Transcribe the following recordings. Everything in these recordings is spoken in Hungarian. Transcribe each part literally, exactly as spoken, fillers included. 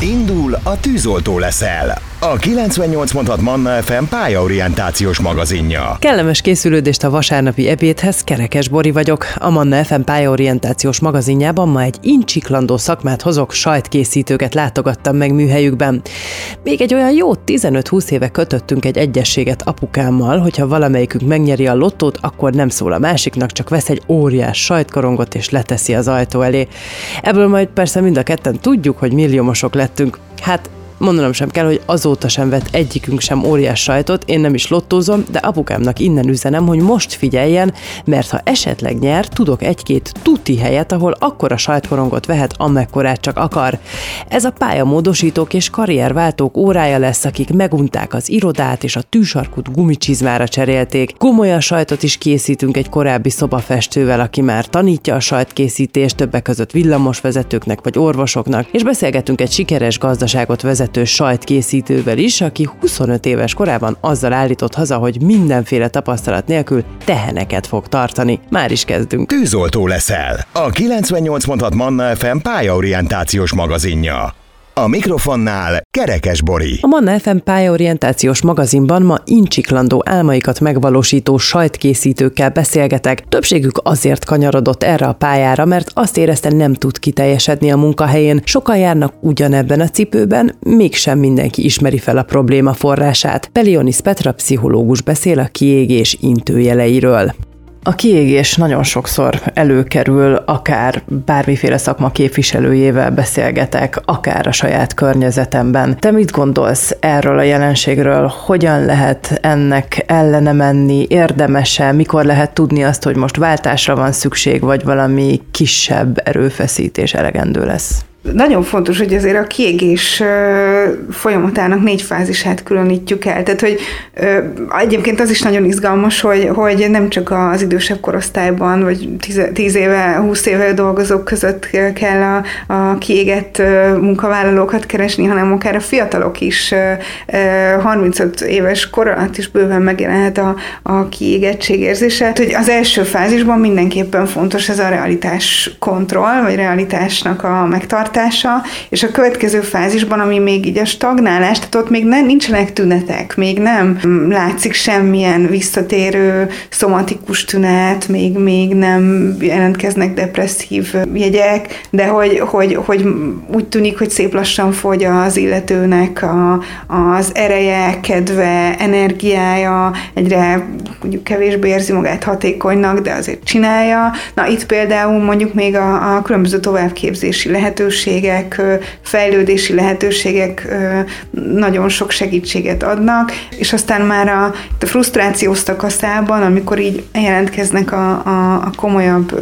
Indul a Tűzoltó leszel, a kilencvennyolc pont hat Manna ef em pályaorientációs magazinja. Kellemes készülődést a vasárnapi ebédhez, Kerekes Bori vagyok. A Manna ef em pályaorientációs magazinjában ma egy incsiklandó szakmát hozok, sajtkészítőket látogattam meg műhelyükben. Még egy olyan jó tizenöt-húsz éve kötöttünk egy egyességet apukámmal, hogyha valamelyikünk megnyeri a lottót, akkor nem szól a másiknak, csak vesz egy óriás sajtkorongot és leteszi az ajtó elé. Ebből majd persze mind a ketten tudjuk, hogy milliómosok lettünk. Hát mondanom sem kell, hogy azóta sem vett egyikünk sem óriás sajtot, én nem is lottózom, de apukámnak innen üzenem, hogy most figyeljen, mert ha esetleg nyer, tudok egy-két tuti helyet, ahol akkora sajtkorongot vehet, amekkorát csak akar. Ez a pályamódosítók és karrierváltók órája lesz, akik megunták az irodát és a tűsarkút gumicsizmára cserélték. Gomolyan sajtot is készítünk egy korábbi szobafestővel, aki már tanítja a sajtkészítést, többek között villamosvezetőknek vagy orvosoknak, és beszélgetünk egy sikeres gazdaságot vezető sajtkészítővel is, aki huszonöt éves korában azzal állított haza, hogy mindenféle tapasztalat nélkül teheneket fog tartani. Már is kezdünk. Tűzoltó leszel, a kilencvennyolc pont hat Manna ef em pályaorientációs magazinja. A mikrofonnál Kerekes Bori. A Manna ef em pályaorientációs magazinban ma incsiklandó álmaikat megvalósító sajtkészítőkkel beszélgetek. Többségük azért kanyarodott erre a pályára, mert azt érezte, nem tud kiteljesedni a munkahelyén. Sokan járnak ugyanebben a cipőben, mégsem mindenki ismeri fel a probléma forrását. Pelionis Petra pszichológus beszél a kiégés intőjeleiről. A kiégés nagyon sokszor előkerül, akár bármiféle szakma képviselőjével beszélgetek, akár a saját környezetemben. Te mit gondolsz erről a jelenségről? Hogyan lehet ennek ellene menni? Érdemes-e? Mikor lehet tudni azt, hogy most váltásra van szükség, vagy valami kisebb erőfeszítés elegendő lesz? Nagyon fontos, hogy azért a kiégés folyamatának négy fázisát különítjük el. Tehát, hogy egyébként az is nagyon izgalmas, hogy, hogy nem csak az idősebb korosztályban, vagy tíz éve, húsz éve dolgozók között kell a, a kiégett munkavállalókat keresni, hanem akár a fiatalok is harmincöt éves kor alatt is bőven megjelenhet a, a kiégettség érzése. Hogy az első fázisban mindenképpen fontos ez a realitás kontroll, vagy realitásnak a megtartása, és a következő fázisban, ami még így a stagnálás, tehát ott még nem, nincsenek tünetek, még nem látszik semmilyen visszatérő szomatikus tünet, még, még nem jelentkeznek depresszív jegyek, de hogy, hogy, hogy úgy tűnik, hogy szép lassan fogy az illetőnek a, az ereje, kedve, energiája, egyre mondjuk kevésbé érzi magát hatékonynak, de azért csinálja. Na itt például mondjuk még a, a különböző továbbképzési lehetőség, fejlődési lehetőségek nagyon sok segítséget adnak, és aztán már a, a frusztráció szakaszában, amikor így jelentkeznek a, a, a komolyabb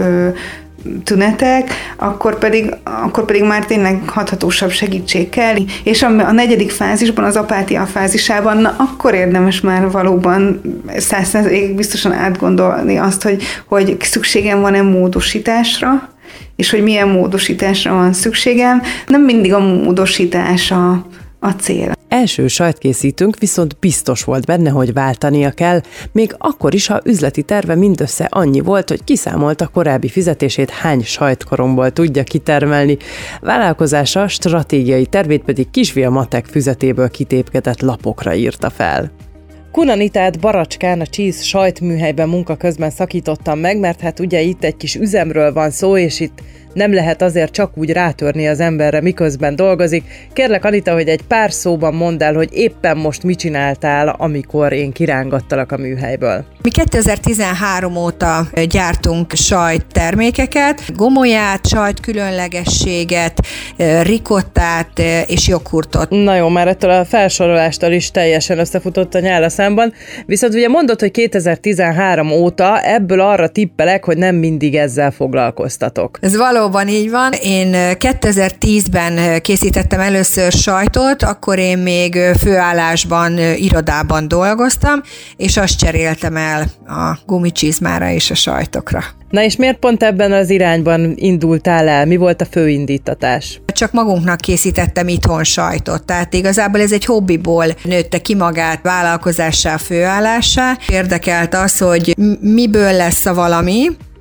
tünetek, akkor pedig, akkor pedig már tényleg hathatósabb segítség kell. És a, a negyedik fázisban, az apátia fázisában, na akkor érdemes már valóban száz százalékig biztosan átgondolni azt, hogy, hogy szükségem van-e módosításra, és hogy milyen módosításra van szükségem. Nem mindig a módosítás a, a cél. Első sajtkészítőnk viszont biztos volt benne, hogy váltania kell, még akkor is, ha üzleti terve mindössze annyi volt, hogy kiszámolta korábbi fizetését hány sajtkoromból tudja kitermelni. Vállalkozása stratégiai tervét pedig kisfia matek füzetéből kitépkedett lapokra írta fel. Kunanitát Baracskán a Cheese sajtműhelyben munka közben szakítottam meg, mert hát ugye itt egy kis üzemről van szó, és itt nem lehet azért csak úgy rátörni az emberre, miközben dolgozik. Kérlek, Anita, hogy egy pár szóban mondd el, hogy éppen most mit csináltál, amikor én kirángattalak a műhelyből. Mi kétezer-tizenhárom óta gyártunk sajttermékeket, gomolyát, sajt különlegességet, rikottát és joghurtot. Na jó, már ettől a felsorolástól is teljesen összefutott a nyál a számban, viszont ugye mondod, hogy kétezer-tizenhárom óta ebből arra tippelek, hogy nem mindig ezzel foglalkoztatok. Ez valóban így van. Én kétezer-tízben készítettem először sajtot, akkor én még főállásban, irodában dolgoztam, és azt cseréltem el a gumicsizmára és a sajtokra. Na és miért pont ebben az irányban indultál el? Mi volt a fő indítatás? Csak magunknak készítettem itthon sajtot, tehát igazából ez egy hobbiból nőtte ki magát vállalkozássá, főállássá. Érdekelt az, hogy miből lesz a valami,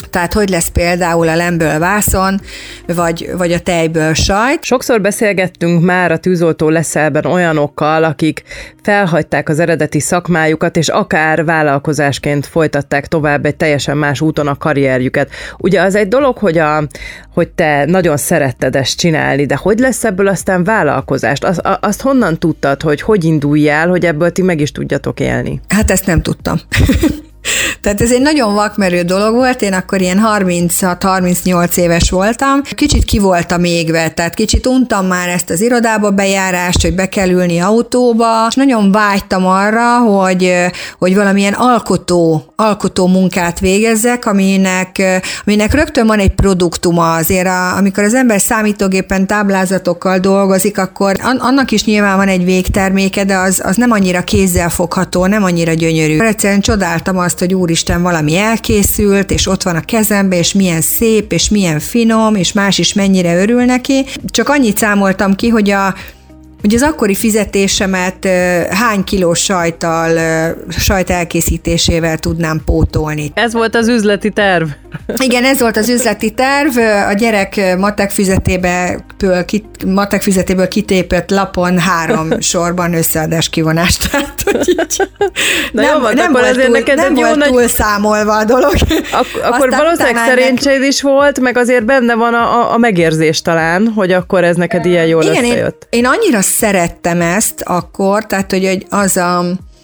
Tehát hogy lesz például a lemből vászon, vagy, vagy a tejből sajt. Sokszor beszélgettünk már a Tűzoltó Leszelben olyanokkal, akik felhagyták az eredeti szakmájukat, és akár vállalkozásként folytatták tovább egy teljesen más úton a karrierjüket. Ugye az egy dolog, hogy, a, hogy te nagyon szeretted ezt csinálni, de hogy lesz ebből aztán vállalkozást? Az, a, azt honnan tudtad, hogy hogy induljál, hogy ebből ti meg is tudjatok élni? Hát ezt nem tudtam. Tehát ez egy nagyon vakmerő dolog volt, én akkor ilyen harminchat-harmincnyolc éves voltam, kicsit ki voltam égve, tehát kicsit untam már ezt az irodába bejárást, hogy be kell ülni autóba, és nagyon vágytam arra, hogy, hogy valamilyen alkotó, alkotó munkát végezzek, aminek, aminek rögtön van egy produktuma azért, a, amikor az ember számítógépen táblázatokkal dolgozik, akkor annak is nyilván van egy végterméke, de az, az nem annyira kézzelfogható, nem annyira gyönyörű. Egyszerűen csodáltam azt, hogy úristen, valami elkészült, és ott van a kezembe, és milyen szép, és milyen finom, és más is mennyire örül neki. Csak annyit számoltam ki, hogy a hogy az akkori fizetésemet hány kilós sajttal, sajt elkészítésével tudnám pótolni. Ez volt az üzleti terv? Igen, ez volt az üzleti terv. A gyerek matek füzetéből, matek füzetéből kitépett lapon három sorban összeadás kivonást. Tehát, hogy így Na nem, jó, van, nem akkor volt, túl, neked nem egy jó volt nagy... túl számolva a dolog. Ak- akkor valószínűleg szerencséd is volt, meg azért benne van a, a megérzés talán, hogy akkor ez neked ilyen jól Igen, összejött. Én, én annyira szerettem ezt akkor, tehát hogy az a,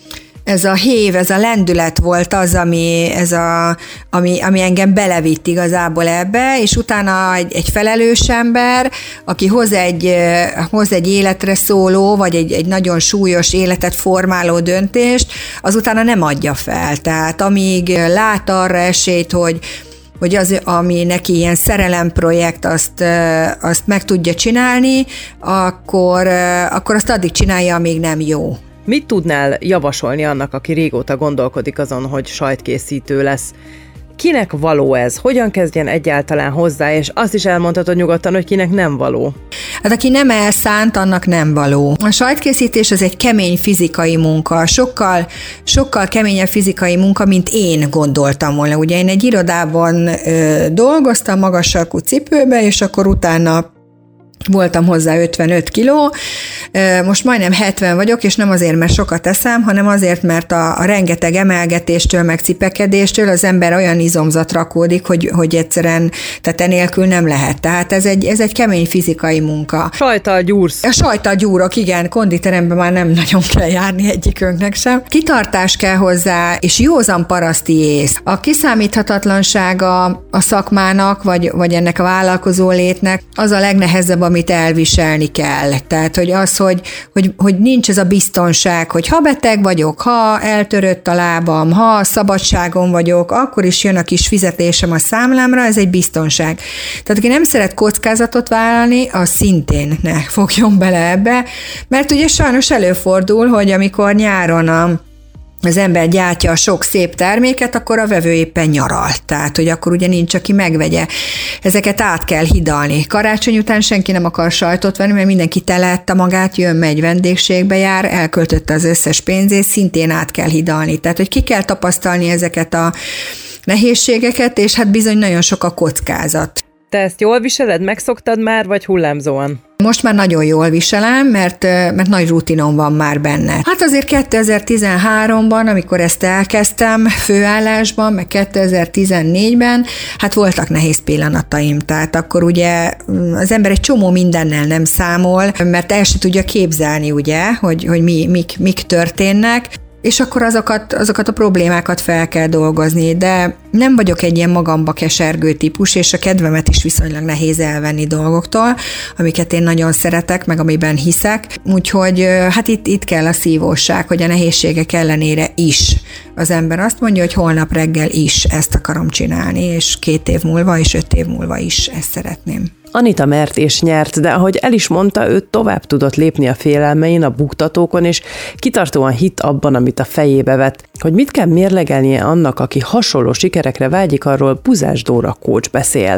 ez a hév, ez a lendület volt az, ami, ez a, ami, ami engem belevitt igazából ebbe, és utána egy, egy felelős ember, aki hoz egy, hoz egy életre szóló, vagy egy, egy nagyon súlyos életet formáló döntést, az utána nem adja fel. Tehát amíg lát arra esélyt, hogy hogy az, ami neki ilyen szerelemprojekt, azt, azt meg tudja csinálni, akkor, akkor azt addig csinálja, amíg nem jó. Mit tudnál javasolni annak, aki régóta gondolkodik azon, hogy sajtkészítő lesz? Kinek való ez? Hogyan kezdjen egyáltalán hozzá? És azt is elmondhatod nyugodtan, hogy kinek nem való. Hát aki nem elszánt, annak nem való. A sajtkészítés az egy kemény fizikai munka, sokkal, sokkal keményebb fizikai munka, mint én gondoltam volna. Ugye én egy irodában ö, dolgoztam, magas sarkú cipőbe, és akkor utána voltam hozzá ötvenöt kiló, most majdnem hetven vagyok, és nem azért, mert sokat eszem, hanem azért, mert a, a rengeteg emelgetéstől, meg cipekedéstől az ember olyan izomzat rakódik, hogy, hogy egyszerűen, tehát enélkül nem lehet. Tehát ez egy, ez egy kemény fizikai munka. Sajttal gyúrsz. A sajttal gyúrok, igen, konditeremben már nem nagyon kell járni egyikünknek sem. Kitartás kell hozzá, és józan paraszti ész. A kiszámíthatatlansága a szakmának, vagy, vagy ennek a vállalkozó létnek az a legnehezebb, amit elviselni kell. Tehát, hogy az, hogy, hogy, hogy nincs ez a biztonság, hogy ha beteg vagyok, ha eltörött a lábam, ha szabadságon vagyok, akkor is jön a kis fizetésem a számlámra, ez egy biztonság. Tehát aki nem szeret kockázatot vállalni, az szintén ne fogjon bele ebbe, mert ugye sajnos előfordul, hogy amikor nyáron a az ember gyártja a sok szép terméket, akkor a vevő éppen nyaral. Tehát, hogy akkor ugye nincs, aki megvegye. Ezeket át kell hidalni. Karácsony után senki nem akar sajtot venni, mert mindenki telette magát, jön, megy, vendégségbe jár, elköltötte az összes pénzét, szintén át kell hidalni. Tehát, hogy ki kell tapasztalni ezeket a nehézségeket, és hát bizony nagyon sok a kockázat. Te ezt jól viseled, megszoktad már, vagy hullámzóan? Most már nagyon jól viselem, mert, mert nagy rutinom van már benne. Hát azért kétezer-tizenháromban, amikor ezt elkezdtem főállásban, meg kétezer-tizennégyben, hát voltak nehéz pillanataim. Tehát akkor ugye az ember egy csomó mindennel nem számol, mert el se tudja képzelni, ugye, hogy, hogy mi, mik, mik történnek, és akkor azokat, azokat a problémákat fel kell dolgozni, de nem vagyok egy ilyen magamba kesergő típus, és a kedvemet is viszonylag nehéz elvenni dolgoktól, amiket én nagyon szeretek, meg amiben hiszek, úgyhogy hát itt, itt kell a szívóság, hogy a nehézségek ellenére is az ember azt mondja, hogy holnap reggel is ezt akarom csinálni, és két év múlva, és öt év múlva is ezt szeretném. Anita mert és nyert, de ahogy el is mondta, ő tovább tudott lépni a félelmein, a buktatókon, és kitartóan hitt abban, amit a fejébe vett. Hogy mit kell mérlegelnie annak, aki hasonló sikerekre vágyik, arról Buzás Dóra coach beszél.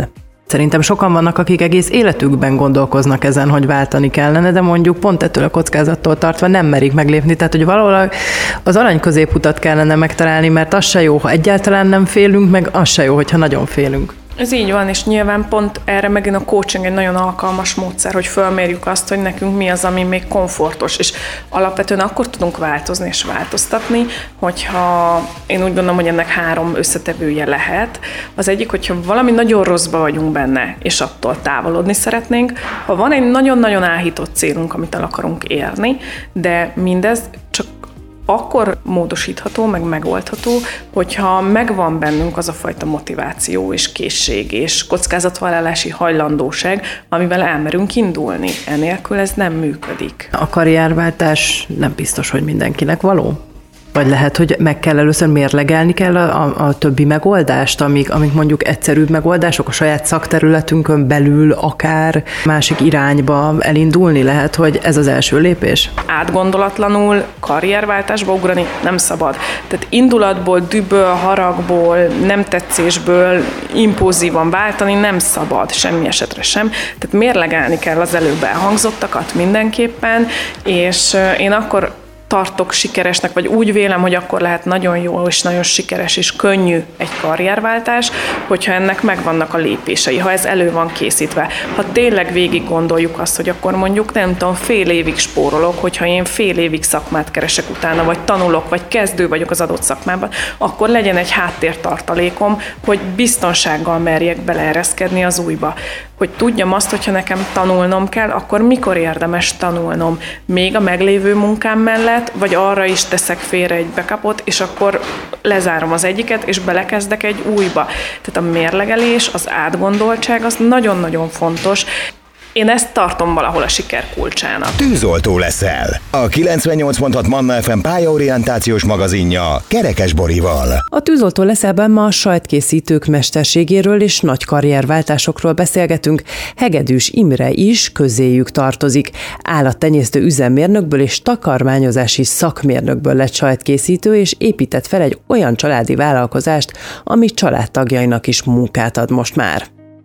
Szerintem sokan vannak, akik egész életükben gondolkoznak ezen, hogy váltani kellene, de mondjuk pont ettől a kockázattól tartva nem merik meglépni. Tehát, hogy valahol az arany középutat kellene megtalálni, mert az se jó, ha egyáltalán nem félünk, meg az se jó, hogyha nagyon félünk. Ez így van, és nyilván pont erre megint a coaching egy nagyon alkalmas módszer, hogy fölmérjük azt, hogy nekünk mi az, ami még komfortos, és alapvetően akkor tudunk változni és változtatni, hogyha én úgy gondolom, hogy ennek három összetevője lehet. Az egyik, hogyha valami nagyon rosszba vagyunk benne, és attól távolodni szeretnénk, ha van egy nagyon-nagyon áhított célunk, amit el akarunk érni, de mindez csak akkor módosítható, meg megoldható, hogyha megvan bennünk az a fajta motiváció és készség és kockázatvállalási hajlandóság, amivel elmerünk indulni. Enélkül ez nem működik. A karrierváltás nem biztos, hogy mindenkinek való? Vagy lehet, hogy meg kell először mérlegelni kell a, a, a többi megoldást, amik, amik mondjuk egyszerűbb megoldások, a saját szakterületünkön belül akár másik irányba elindulni lehet, hogy ez az első lépés? Átgondolatlanul karrierváltásba ugrani nem szabad. Tehát indulatból, dühből, haragból, nem tetszésből impulzívan váltani nem szabad, semmi esetre sem. Tehát mérlegelni kell az előbb elhangzottakat mindenképpen, és én akkor tartok sikeresnek, vagy úgy vélem, hogy akkor lehet nagyon jó és nagyon sikeres és könnyű egy karrierváltás, hogyha ennek megvannak a lépései, ha ez elő van készítve. Ha tényleg végig gondoljuk azt, hogy akkor mondjuk nem tudom, fél évig spórolok, hogyha én fél évig szakmát keresek utána, vagy tanulok, vagy kezdő vagyok az adott szakmában, akkor legyen egy háttértartalékom, hogy biztonsággal merjek beleereszkedni az újba. Hogy tudjam azt, hogyha nekem tanulnom kell, akkor mikor érdemes tanulnom? Még a meglévő munkám mellett, vagy arra is teszek félre egy backupot, és akkor lezárom az egyiket, és belekezdek egy újba. Tehát a mérlegelés, az átgondoltság, az nagyon-nagyon fontos. Én ezt tartom valahol a siker kulcsának. Tűzoltó leszel. A kilencvennyolc pont hat Manna ef em pályaorientációs magazinja Kerekes Borival. A Tűzoltó leszelben ma a sajtkészítők mesterségéről és nagy karrierváltásokról beszélgetünk. Hegedűs Imre is közéjük tartozik. Állattenyésztő üzemmérnökből és takarmányozási szakmérnökből lett sajtkészítő, és épített fel egy olyan családi vállalkozást, ami családtagjainak is munkát ad most már.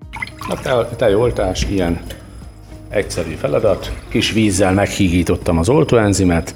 A tejoltás ilyen egyszerű feladat. Kis vízzel meghígítottam az oltóenzimet,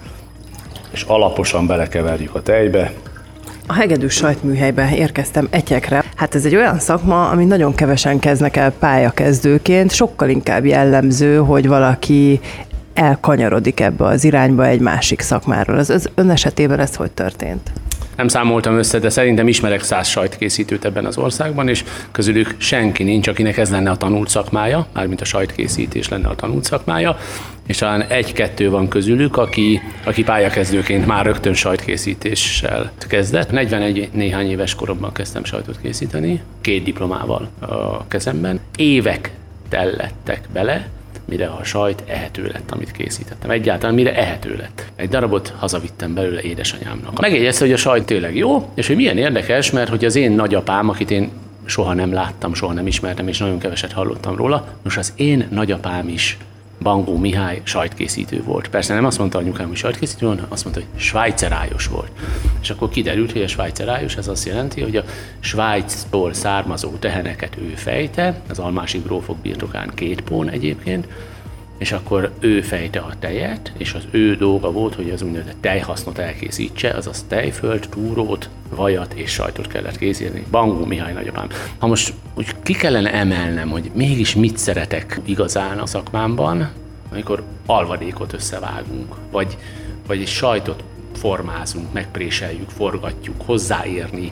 és alaposan belekeverjük a tejbe. A hegedűs sajtműhelybe érkeztem Etyekre. Hát ez egy olyan szakma, amit nagyon kevesen kezdnek el pályakezdőként, sokkal inkább jellemző, hogy valaki elkanyarodik ebbe az irányba egy másik szakmáról. Az, az ön esetében ez hogy történt? Nem számoltam össze, de szerintem ismerek száz sajtkészítőt ebben az országban, és közülük senki nincs, akinek ez lenne a tanult szakmája, mármint a sajtkészítés lenne a tanult szakmája, és talán egy-kettő van közülük, aki, aki pályakezdőként már rögtön sajtkészítéssel kezdett. negyvenegy néhány éves koromban kezdtem sajtot készíteni, két diplomával a kezemben. Évek tellettek bele, mire a sajt ehető lett, amit készítettem. Egyáltalán mire ehető lett. Egy darabot hazavittem belőle édesanyámnak. Megjegyezte, hogy a sajt tényleg jó, és hogy milyen érdekes, mert hogy az én nagyapám, akit én soha nem láttam, soha nem ismertem, és nagyon keveset hallottam róla, most az én nagyapám is Bangó Mihály sajtkészítő volt. Persze nem azt mondta anyukám, hogy sajtkészítő volt, azt mondta, hogy svájcerájos volt. És akkor kiderült, hogy a svájcerájos, ez azt jelenti, hogy a Svájcból származó teheneket ő fejte, az almási grófok birtokán két pón egyébként, és akkor ő fejte a tejet, és az ő dolga volt, hogy az úgynevezett tejhasznot elkészítse, azaz tejföld, túrót, vajat és sajtot kellett készíteni. Bangó Mihály nagyapám. Ha most úgy ki kellene emelnem, hogy mégis mit szeretek igazán a szakmámban, amikor alvadékot összevágunk, vagy, vagy egy sajtot formázunk, megpréseljük, forgatjuk, hozzáérni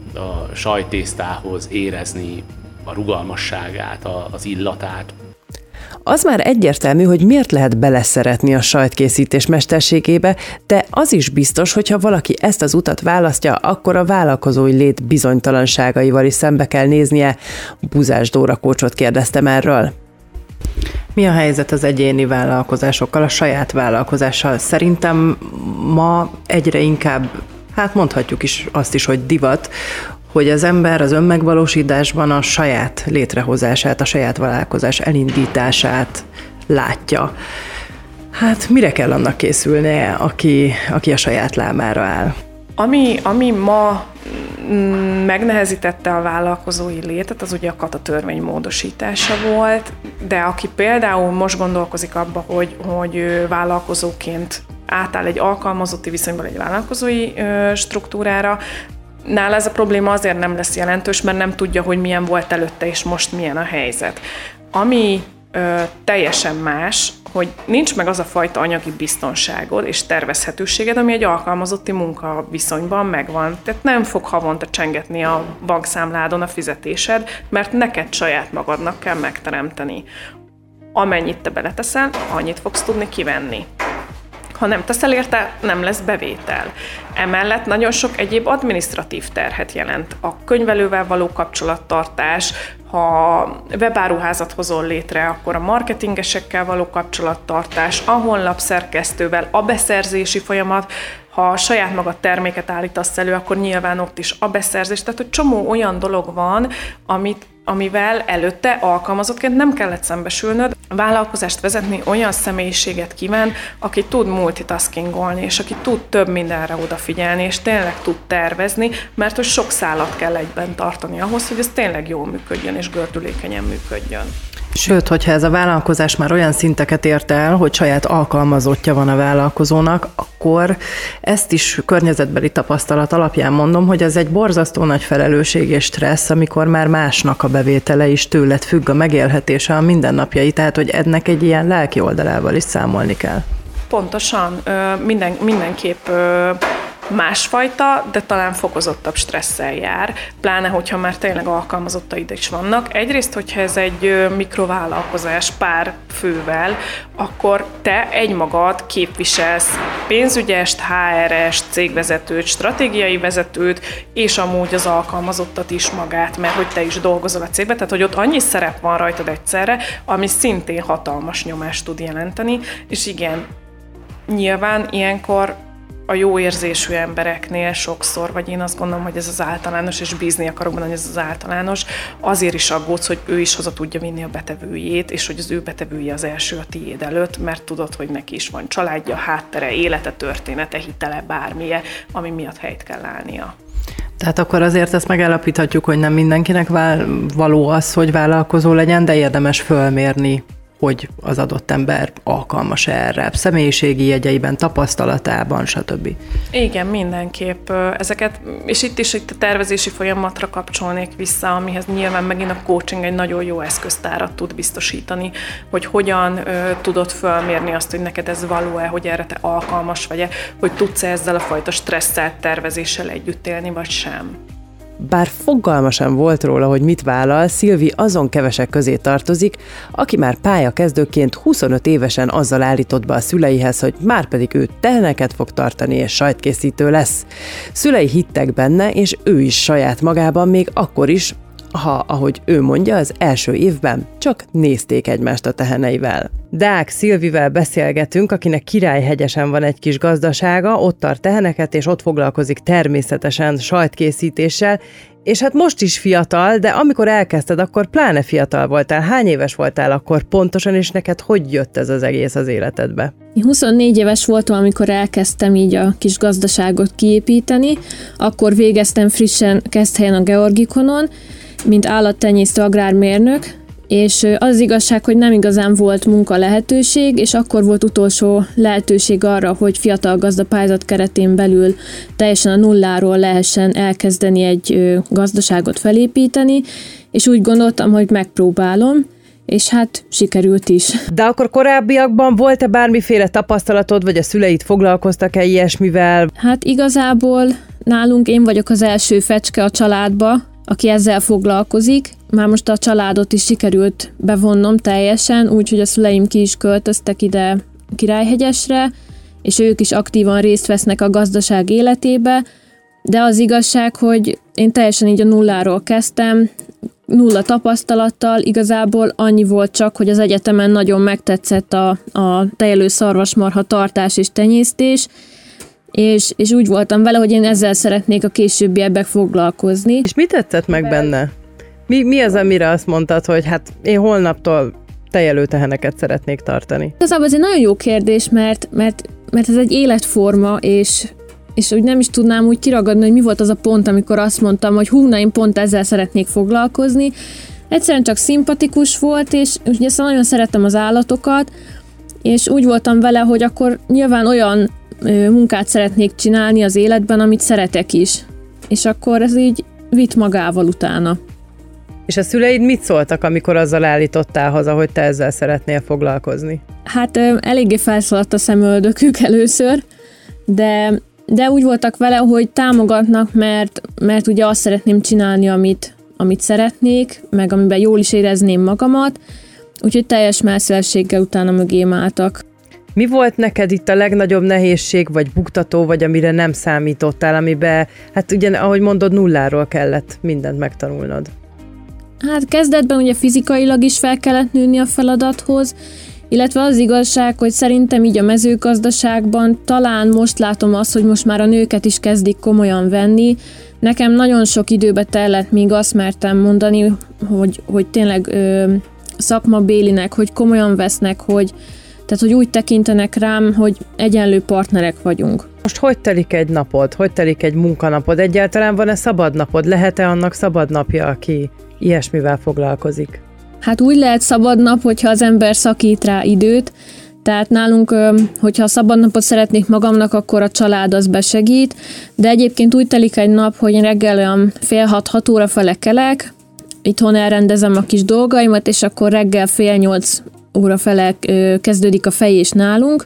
a sajttésztához, érezni a rugalmasságát, az illatát. Az már egyértelmű, hogy miért lehet beleszeretni a sajtkészítés mesterségébe, de az is biztos, hogy ha valaki ezt az utat választja, akkor a vállalkozói lét bizonytalanságaival is szembe kell néznie. Buzás Dóra kócsot kérdeztem erről. Mi a helyzet az egyéni vállalkozásokkal, a saját vállalkozással? Szerintem ma egyre inkább, hát mondhatjuk is azt is, hogy divat, hogy az ember az önmegvalósításban a saját létrehozását, a saját vállalkozás elindítását látja. Hát mire kell annak készülnie, aki, aki a saját lábára áll? Ami, ami ma megnehezítette a vállalkozói létet, az ugye a kata törvény módosítása volt, de aki például most gondolkozik abba, hogy, hogy vállalkozóként átáll egy alkalmazotti viszonyból egy vállalkozói struktúrára, nála ez a probléma azért nem lesz jelentős, mert nem tudja, hogy milyen volt előtte, és most milyen a helyzet. Ami ö, teljesen más, hogy nincs meg az a fajta anyagi biztonságod és tervezhetőséged, ami egy alkalmazotti munkaviszonyban megvan. Tehát nem fog havonta csengetni a bankszámládon a fizetésed, mert neked saját magadnak kell megteremteni. Amennyit te beleteszel, annyit fogsz tudni kivenni. Ha nem teszel érte, nem lesz bevétel. Emellett nagyon sok egyéb adminisztratív terhet jelent. A könyvelővel való kapcsolattartás, ha webáruházat hozol létre, akkor a marketingesekkel való kapcsolattartás, a honlapszerkesztővel, a beszerzési folyamat, ha saját magad terméket állítasz elő, akkor nyilván ott is a beszerzés. Tehát, hogy csomó olyan dolog van, amit amivel előtte alkalmazottként nem kellett szembesülnöd. A vállalkozást vezetni olyan személyiséget kíván, aki tud multitaskingolni, és aki tud több mindenre odafigyelni, és tényleg tud tervezni, mert hogy sok szálat kell egyben tartani ahhoz, hogy ez tényleg jól működjön, és gördülékenyen működjön. Sőt, hogyha ez a vállalkozás már olyan szinteket ért el, hogy saját alkalmazottja van a vállalkozónak, akkor ezt is környezetbeli tapasztalat alapján mondom, hogy ez egy borzasztó nagy felelősség és stressz, amikor már másnak a bevétele is tőled függ, a megélhetése, a mindennapjai, tehát hogy ennek egy ilyen lelki oldalával is számolni kell. Pontosan, minden, mindenképp másfajta, de talán fokozottabb stresszel jár, pláne, hogyha már tényleg alkalmazottaid is vannak. Egyrészt, hogyha ez egy mikrovállalkozás pár fővel, akkor te egymagad képviselsz pénzügyest, há er est, cégvezetőt, stratégiai vezetőt, és amúgy az alkalmazottat is magát, mert hogy te is dolgozol a cégben, tehát hogy ott annyi szerep van rajtad egyszerre, ami szintén hatalmas nyomást tud jelenteni, és igen, nyilván ilyenkor a jó érzésű embereknél sokszor, vagy én azt gondolom, hogy ez az általános, és bízni akarok benne, hogy ez az általános, azért is aggódsz, hogy ő is haza tudja vinni a betevőjét, és hogy az ő betevője az első a tiéd előtt, mert tudod, hogy neki is van családja, háttere, élete, története, hitele, bármilyen, ami miatt helyt kell állnia. Tehát akkor azért ezt megállapíthatjuk, hogy nem mindenkinek való az, hogy vállalkozó legyen, de érdemes fölmérni, hogy az adott ember alkalmas erre, személyiségi jegyeiben, tapasztalatában, stb. Igen, mindenképp ezeket, és itt is itt a tervezési folyamatra kapcsolnék vissza, amihez nyilván megint a coaching egy nagyon jó eszköztárat tud biztosítani, hogy hogyan ö, tudod fölmérni azt, hogy neked ez való-e, hogy erre te alkalmas vagy-e, hogy tudsz ezzel a fajta stresszelt tervezéssel együtt élni, vagy sem. Bár fogalma sem volt róla, hogy mit vállal, Szilvi azon kevesek közé tartozik, aki már pályakezdőként huszonöt évesen azzal állított be a szüleihez, hogy márpedig ő teheneket fog tartani és sajtkészítő lesz. Szülei hittek benne, és ő is saját magában még akkor is, ha, ahogy ő mondja, az első évben csak nézték egymást a teheneivel. Deák Szilvivel beszélgetünk, akinek Királyhegyesen van egy kis gazdasága, ott tart teheneket, és ott foglalkozik természetesen sajtkészítéssel, és hát most is fiatal, de amikor elkezdted, akkor pláne fiatal voltál. Hány éves voltál akkor pontosan, és neked hogy jött ez az egész az életedbe? Én huszonnégy éves voltam, amikor elkezdtem így a kis gazdaságot kiépíteni, akkor végeztem frissen Keszthelyen a Georgikonon, mint állattenyésztő agrármérnök, és az igazság, hogy nem igazán volt munka lehetőség, és akkor volt utolsó lehetőség arra, hogy fiatal gazda pályázat keretén belül teljesen a nulláról lehessen elkezdeni egy gazdaságot felépíteni, és úgy gondoltam, hogy megpróbálom, és hát sikerült is. De akkor korábbiakban volt-e bármiféle tapasztalatod, vagy a szüleid foglalkoztak-e ilyesmivel? Hát igazából nálunk én vagyok az első fecske a családba, aki ezzel foglalkozik. Már most a családot is sikerült bevonnom teljesen, úgyhogy a szüleim ki is költöztek ide Királyhegyesre, és ők is aktívan részt vesznek a gazdaság életébe, de az igazság, hogy én teljesen így a nulláról kezdtem, nulla tapasztalattal, igazából annyi volt csak, hogy az egyetemen nagyon megtetszett a, a tejelő szarvasmarha tartás és tenyésztés, és, és úgy voltam vele, hogy én ezzel szeretnék a későbbiekben foglalkozni. És mi tetszett meg benne? Mi, mi az, amire azt mondtad, hogy hát én holnaptól tejelő teheneket szeretnék tartani? Igazából ez egy nagyon jó kérdés, mert, mert, mert ez egy életforma, és és úgy nem is tudnám úgy kiragadni, hogy mi volt az a pont, amikor azt mondtam, hogy hú, na én pont ezzel szeretnék foglalkozni. Egyszerűen csak szimpatikus volt, és ugye nagyon szerettem az állatokat, és úgy voltam vele, hogy akkor nyilván olyan ö, munkát szeretnék csinálni az életben, amit szeretek is. És akkor ez így vitt magával utána. És a szüleid mit szóltak, amikor azzal állítottál haza, hogy te ezzel szeretnél foglalkozni? Hát ö, eléggé felszaladt a szemöldökük először, de, de úgy voltak vele, hogy támogatnak, mert, mert ugye azt szeretném csinálni, amit, amit szeretnék, meg amiben jól is érezném magamat, úgyhogy teljes mellszélességgel utána mögém álltak. Mi volt neked itt a legnagyobb nehézség, vagy buktató, vagy amire nem számítottál, amiben, hát ugye, ahogy mondod, nulláról kellett mindent megtanulnod? Hát kezdetben ugye fizikailag is fel kellett nőni a feladathoz, illetve az igazság, hogy szerintem így a mezőgazdaságban talán most látom azt, hogy most már a nőket is kezdik komolyan venni. Nekem nagyon sok időbe tellett, míg azt mertem mondani, hogy, hogy tényleg ö, szakmabélinek, hogy komolyan vesznek, hogy, tehát hogy úgy tekintenek rám, hogy egyenlő partnerek vagyunk. Most hogy telik egy napod? Hogy telik egy munkanapod? Egyáltalán van-e szabad napod? Lehet-e annak szabad napja, aki ilyesmivel foglalkozik? Hát úgy lehet szabad nap, hogyha az ember szakít rá időt, tehát nálunk, hogyha szabad napot szeretnék magamnak, akkor a család az besegít, de egyébként úgy telik egy nap, hogy reggel olyan fél hat-hat óra fele kelek, itthon elrendezem a kis dolgaimat, és akkor reggel fél nyolc óra fele kezdődik a fejés nálunk.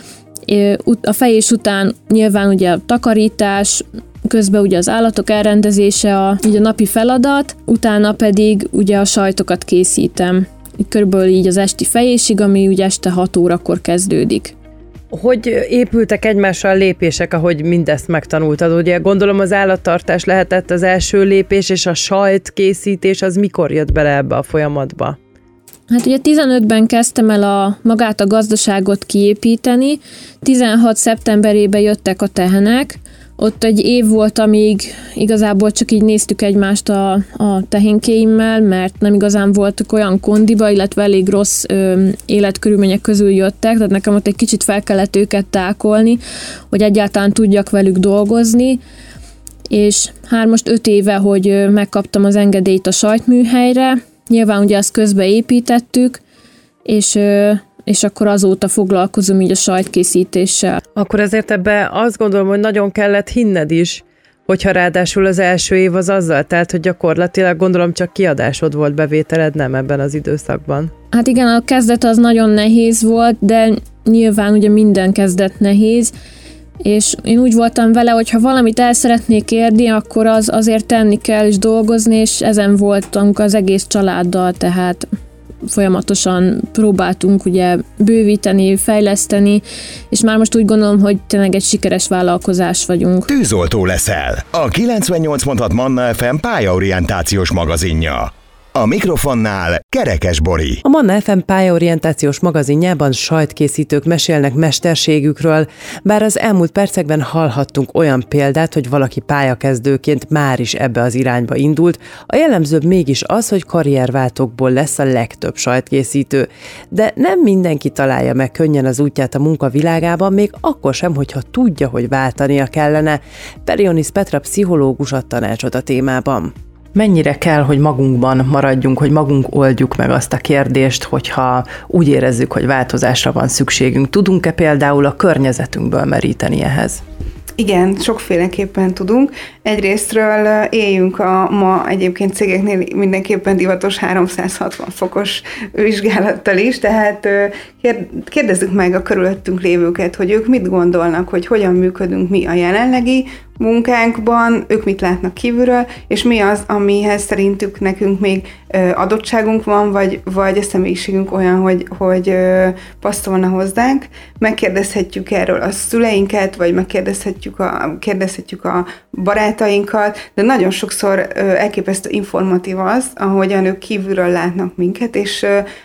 A fejés után nyilván ugye a takarítás, közben ugye az állatok elrendezése a, így a napi feladat, utána pedig ugye a sajtokat készítem. Körülbelül így az esti fejésig, ami ugye este hat órakor kezdődik. Hogy épültek egymással lépések, ahogy mindezt megtanultad? Ugye gondolom az állattartás lehetett az első lépés, és a sajtkészítés az mikor jött bele ebbe a folyamatba? Hát ugye tizenötben kezdtem el a, magát a gazdaságot kiépíteni, tizenhat szeptemberében jöttek a tehenek, ott egy év volt, amíg igazából csak így néztük egymást a, a tehénkéimmel, mert nem igazán voltak olyan kondiba, illetve elég rossz ö, életkörülmények közül jöttek, tehát nekem ott egy kicsit fel kellett őket tákolni, hogy egyáltalán tudjak velük dolgozni, és hát most öt éve, hogy megkaptam az engedélyt a sajtműhelyre, nyilván ugye azt közbe építettük, és... és akkor azóta foglalkozom így a sajtkészítéssel. Akkor ezért ebbe azt gondolom, hogy nagyon kellett hinned is, hogyha ráadásul az első év az azzal telt, hogy gyakorlatilag gondolom csak kiadásod volt, bevételed nem ebben az időszakban. Hát igen, a kezdet az nagyon nehéz volt, de nyilván ugye minden kezdet nehéz, és én úgy voltam vele, hogy ha valamit el szeretnék érni, akkor az azért tenni kell és dolgozni, és ezen voltunk az egész családdal, tehát folyamatosan próbáltunk ugye bővíteni, fejleszteni, és már most úgy gondolom, hogy tényleg egy sikeres vállalkozás vagyunk. Tűzoltó leszel, a kilencvennyolc pont hat Manna ef em pályaorientációs magazinja. A mikrofonnál Kerekes Bori. A Manna ef em pályaorientációs magazinjában sajtkészítők mesélnek mesterségükről, bár az elmúlt percekben hallhattunk olyan példát, hogy valaki pályakezdőként már is ebbe az irányba indult, a jellemzőbb mégis az, hogy karrierváltókból lesz a legtöbb sajtkészítő. De nem mindenki találja meg könnyen az útját a munkavilágában, még akkor sem, hogyha tudja, hogy váltania kellene. Perionis Petra pszichológus ad tanácsot a témában. Mennyire kell, hogy magunkban maradjunk, hogy magunk oldjuk meg azt a kérdést, hogyha úgy érezzük, hogy változásra van szükségünk? Tudunk-e például a környezetünkből meríteni ehhez? Igen, sokféleképpen tudunk. Egyrésztről éljünk a ma egyébként cégeknél mindenképpen divatos háromszázhatvan fokos vizsgálattal is, tehát kérdezzük meg a körülöttünk lévőket, hogy ők mit gondolnak, hogy hogyan működünk mi a jelenlegi munkánkban, ők mit látnak kívülről, és mi az, amihez szerintük nekünk még adottságunk van, vagy, vagy a személyiségünk olyan, hogy, hogy passzolna hozzánk. Megkérdezhetjük erről a szüleinket, vagy megkérdezhetjük a, kérdezhetjük a barátainkat, de nagyon sokszor elképesztő informatív az, ahogyan ők kívülről látnak minket, és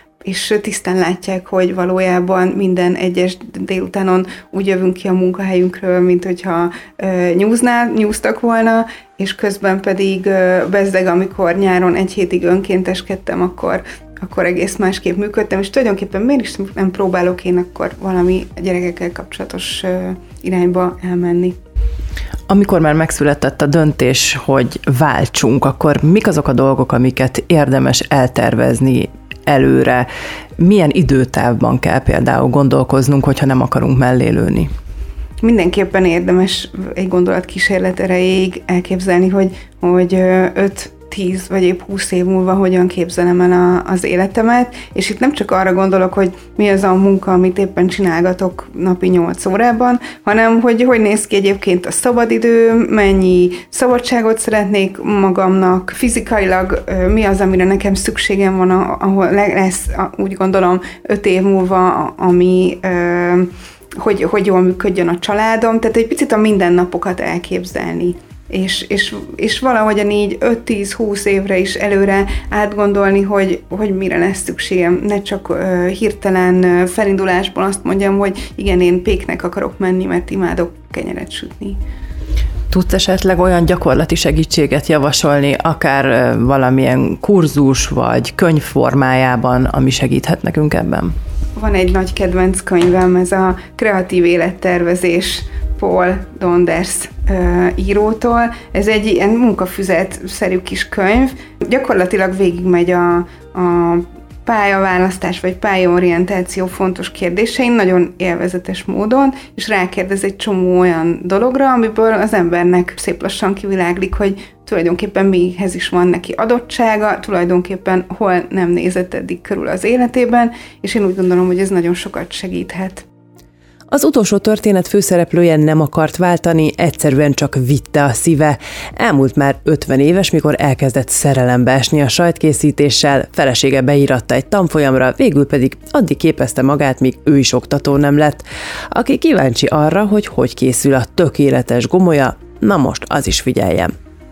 és tisztán látják, hogy valójában minden egyes délutánon úgy jövünk ki a munkahelyünkről, mint hogyha nyúznál, nyúztak volna, és közben pedig bezdeg, amikor nyáron egy hétig önkénteskedtem, akkor, akkor egész másképp működtem, és tulajdonképpen miért is nem próbálok én akkor valami gyerekekkel kapcsolatos irányba elmenni. Amikor már megszületett a döntés, hogy váltsunk, akkor mik azok a dolgok, amiket érdemes eltervezni előre? Milyen időtávban kell például gondolkoznunk, hogyha nem akarunk mellélőni? Mindenképpen érdemes egy gondolatkísérlet erejéig elképzelni, hogy, hogy öt tíz vagy épp húsz év múlva hogyan képzelem el a, az életemet, és itt nem csak arra gondolok, hogy mi az a munka, amit éppen csinálgatok napi nyolc órában, hanem hogy hogy néz ki egyébként a szabadidő, mennyi szabadságot szeretnék magamnak, fizikailag mi az, amire nekem szükségem van, ahol lesz, úgy gondolom, öt év múlva, ami hogy, hogy jól működjön a családom, tehát egy picit a mindennapokat elképzelni. És, és, és valahogyan így öt tíz húsz évre is előre átgondolni, hogy, hogy mire lesz szükségem. Ne csak uh, hirtelen uh, felindulásból azt mondjam, hogy igen, én péknek akarok menni, mert imádok kenyeret sütni. Tudsz esetleg olyan gyakorlati segítséget javasolni, akár uh, valamilyen kurzus vagy könyv formájában, ami segíthet nekünk ebben? Van egy nagy kedvenc könyvem, ez a Kreatív élettervezés, Paul Donders uh, írótól. Ez egy ilyen munkafüzet-szerű kis könyv. Gyakorlatilag végigmegy a, a pályaválasztás vagy pályaorientáció fontos kérdésein, nagyon élvezetes módon, és rákérdez egy csomó olyan dologra, amiből az embernek szép lassan kiviláglik, hogy tulajdonképpen mihez is van neki adottsága, tulajdonképpen hol nem nézett eddig körül az életében, és én úgy gondolom, hogy ez nagyon sokat segíthet. Az utolsó történet főszereplője nem akart váltani, egyszerűen csak vitte a szíve. Elmúlt már ötven éves, mikor elkezdett szerelembe esni a sajtkészítéssel, felesége beíratta egy tanfolyamra, végül pedig addig képezte magát, míg ő is oktató nem lett. Aki kíváncsi arra, hogy hogy készül a tökéletes gomolya, na most az is figyeljen.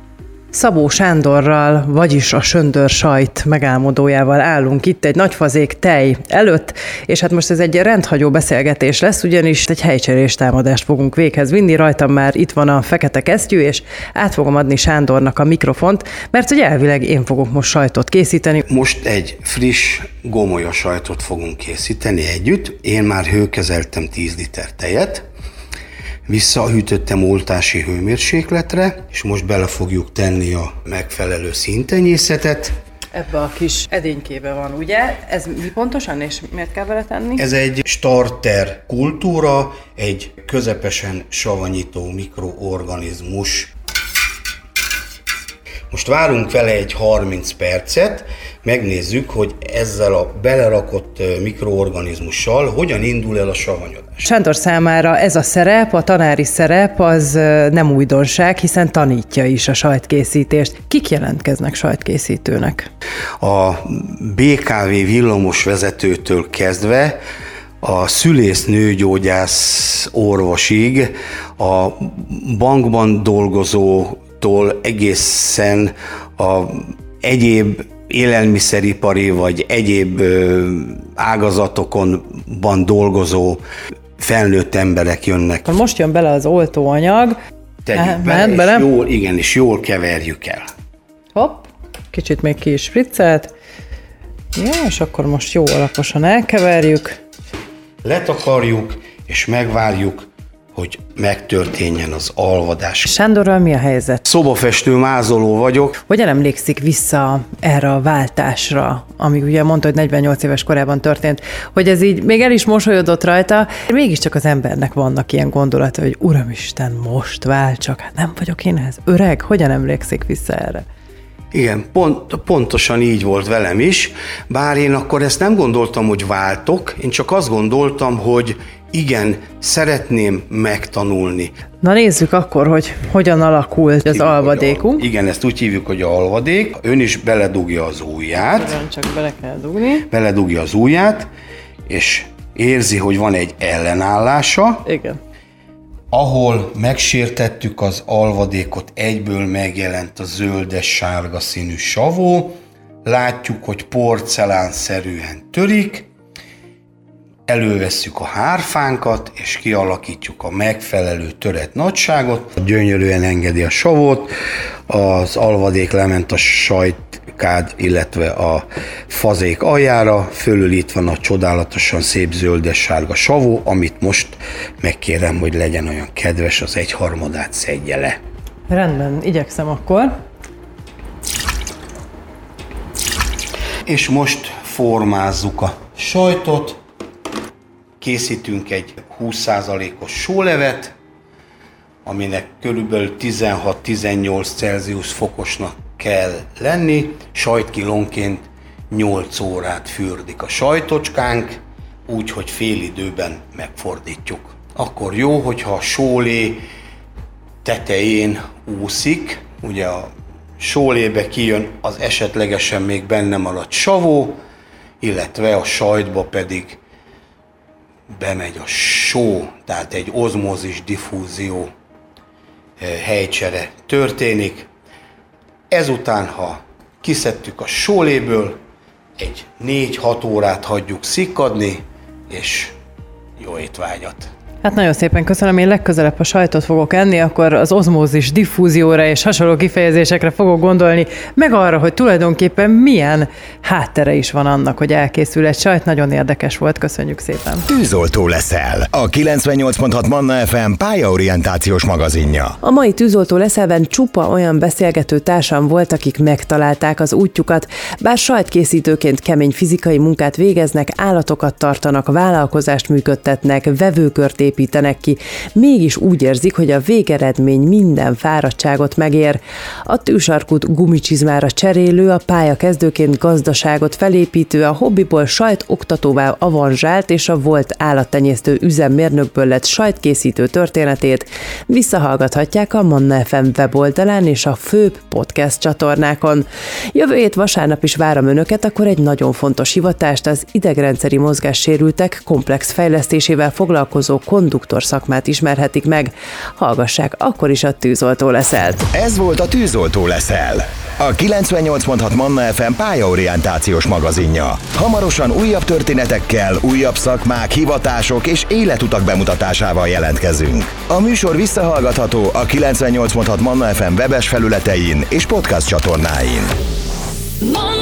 Szabó Sándorral, vagyis a Söndör sajt megálmodójával állunk itt egy nagyfazék tej előtt, és hát most ez egy rendhagyó beszélgetés lesz, ugyanis egy helycserés támadást fogunk véghez vinni, rajtam már itt van a fekete kesztyű, és át fogom adni Sándornak a mikrofont, mert hogy elvileg én fogok most sajtot készíteni. Most egy friss gomolya sajtot fogunk készíteni együtt, én már hőkezeltem tíz liter tejet, visszahűtöttem oltási hőmérsékletre, és most bele fogjuk tenni a megfelelő színtenyészetet. Ebbe a kis edénykébe van, ugye? Ez mi pontosan, és miért kell vele tenni? Ez egy starter kultúra, egy közepesen savanyító mikroorganizmus. Most várunk vele egy harminc percet, megnézzük, hogy ezzel a belerakott mikroorganizmussal hogyan indul el a savanyodás. Sándor számára ez a szerep, a tanári szerep, az nem újdonság, hiszen tanítja is a sajtkészítést. Kik jelentkeznek sajtkészítőnek? A bé ká vé villamos vezetőtől kezdve a szülész nőgyógyász orvosig, a bankban dolgozótól egészen a egyéb élelmiszeripari vagy egyéb ágazatokon dolgozó felnőtt emberek jönnek. Most jön bele az oltóanyag. Tegyük bele, és bele. Jól, igen, és jól keverjük el. Hopp, kicsit még ki is spriccelt. Ja, és akkor most jó alaposan elkeverjük. Letakarjuk, és megvárjuk, hogy megtörténjen az alvadás. Sándorral mi a helyzet? Szobafestő mázoló vagyok. Hogyan emlékszik vissza erre a váltásra, ami ugye mondta, hogy negyvennyolc éves korában történt, hogy ez így még el is mosolyodott rajta, mégiscsak az embernek vannak ilyen gondolatai, hogy Uramisten, most váltsak, hát nem vagyok én ez öreg, hogyan emlékszik vissza erre? Igen, pont, pontosan így volt velem is, bár én akkor ezt nem gondoltam, hogy váltok, én csak azt gondoltam, hogy igen, szeretném megtanulni. Na nézzük akkor, hogy hogyan alakult az alvadékunk. Igen, ezt úgy hívjuk, hogy alvadék. Ön is beledugja az ujját. Igen, csak bele kell dugni. Beledugja az ujját, és érzi, hogy van egy ellenállása. Igen. Ahol megsértettük az alvadékot, egyből megjelent a zöldes-sárga színű savó. Látjuk, hogy porcelánszerűen törik. elővesszük a hárfánkat, és kialakítjuk a megfelelő töret nagyságot. Gyönyörűen engedi a savot, az alvadék lement a sajtkád, illetve a fazék aljára, fölül itt van a csodálatosan szép zöldes-sárga savó, amit most megkérem, hogy legyen olyan kedves, az egyharmadát szedje le. Rendben, igyekszem akkor. És most formázzuk a sajtot, készítünk egy húsz százalékos sólevet, aminek körülbelül tizenhat-tizennyolc Celsius fokosnak kell lenni, sajtkilónként nyolc órát fürdik a sajtocskánk, úgy, hogy fél időben megfordítjuk. Akkor jó, hogyha a sólé tetején úszik, ugye a sólébe kijön az esetlegesen még benne maradt savó, illetve a sajtba pedig bemegy a só, tehát egy ozmózis diffúzió helycsere történik. Ezután, ha kiszedtük a sóléből, egy négy-hat órát hagyjuk szikkadni, és jó étvágyat! Hát nagyon szépen köszönöm, én legközelebb, ha sajtot fogok enni, akkor az ozmózis diffúzióra és hasonló kifejezésekre fogok gondolni, meg arra, hogy tulajdonképpen milyen háttere is van annak, hogy elkészül egy sajt. Nagyon érdekes volt, köszönjük szépen. Tűzoltó leszel, a kilencvennyolc pont hat Manna ef em pályaorientációs magazinja. A mai Tűzoltó leszelben csupa olyan beszélgető társam volt, akik megtalálták az útjukat, bár sajtkészítőként kemény fizikai munkát végeznek, állatokat tartanak, vállalkozást működtetnek, vevőkört építenek ki, mégis úgy érzik, hogy a végeredmény minden fáradtságot megér. A tűsarkút gumicsizmára cserélő, a pályakezdőként gazdaságot felépítő, a hobbiból sajtoktatóvá avanzsált és a volt állattenyésztő üzemmérnökből lett sajtkészítő történetét visszahallgathatják a Manna ef em weboldalán és a főbb podcast csatornákon. Jövő hét vasárnap is várom önöket, akkor egy nagyon fontos hivatást, az idegrendszeri mozgássérültek komplex fejlesztésével foglalkozó konduktor szakmát ismerhetik meg. Hallgassák akkor is a Tűzoltó leszel. Ez volt a Tűzoltó leszel, a kilencvennyolc pont hat Manna ef em pályaorientációs magazinja. Hamarosan újabb történetekkel, újabb szakmák, hivatások és életutak bemutatásával jelentkezünk. A műsor visszahallgatható a kilencvennyolc pont hat Manna ef em webes felületein és podcast csatornáin.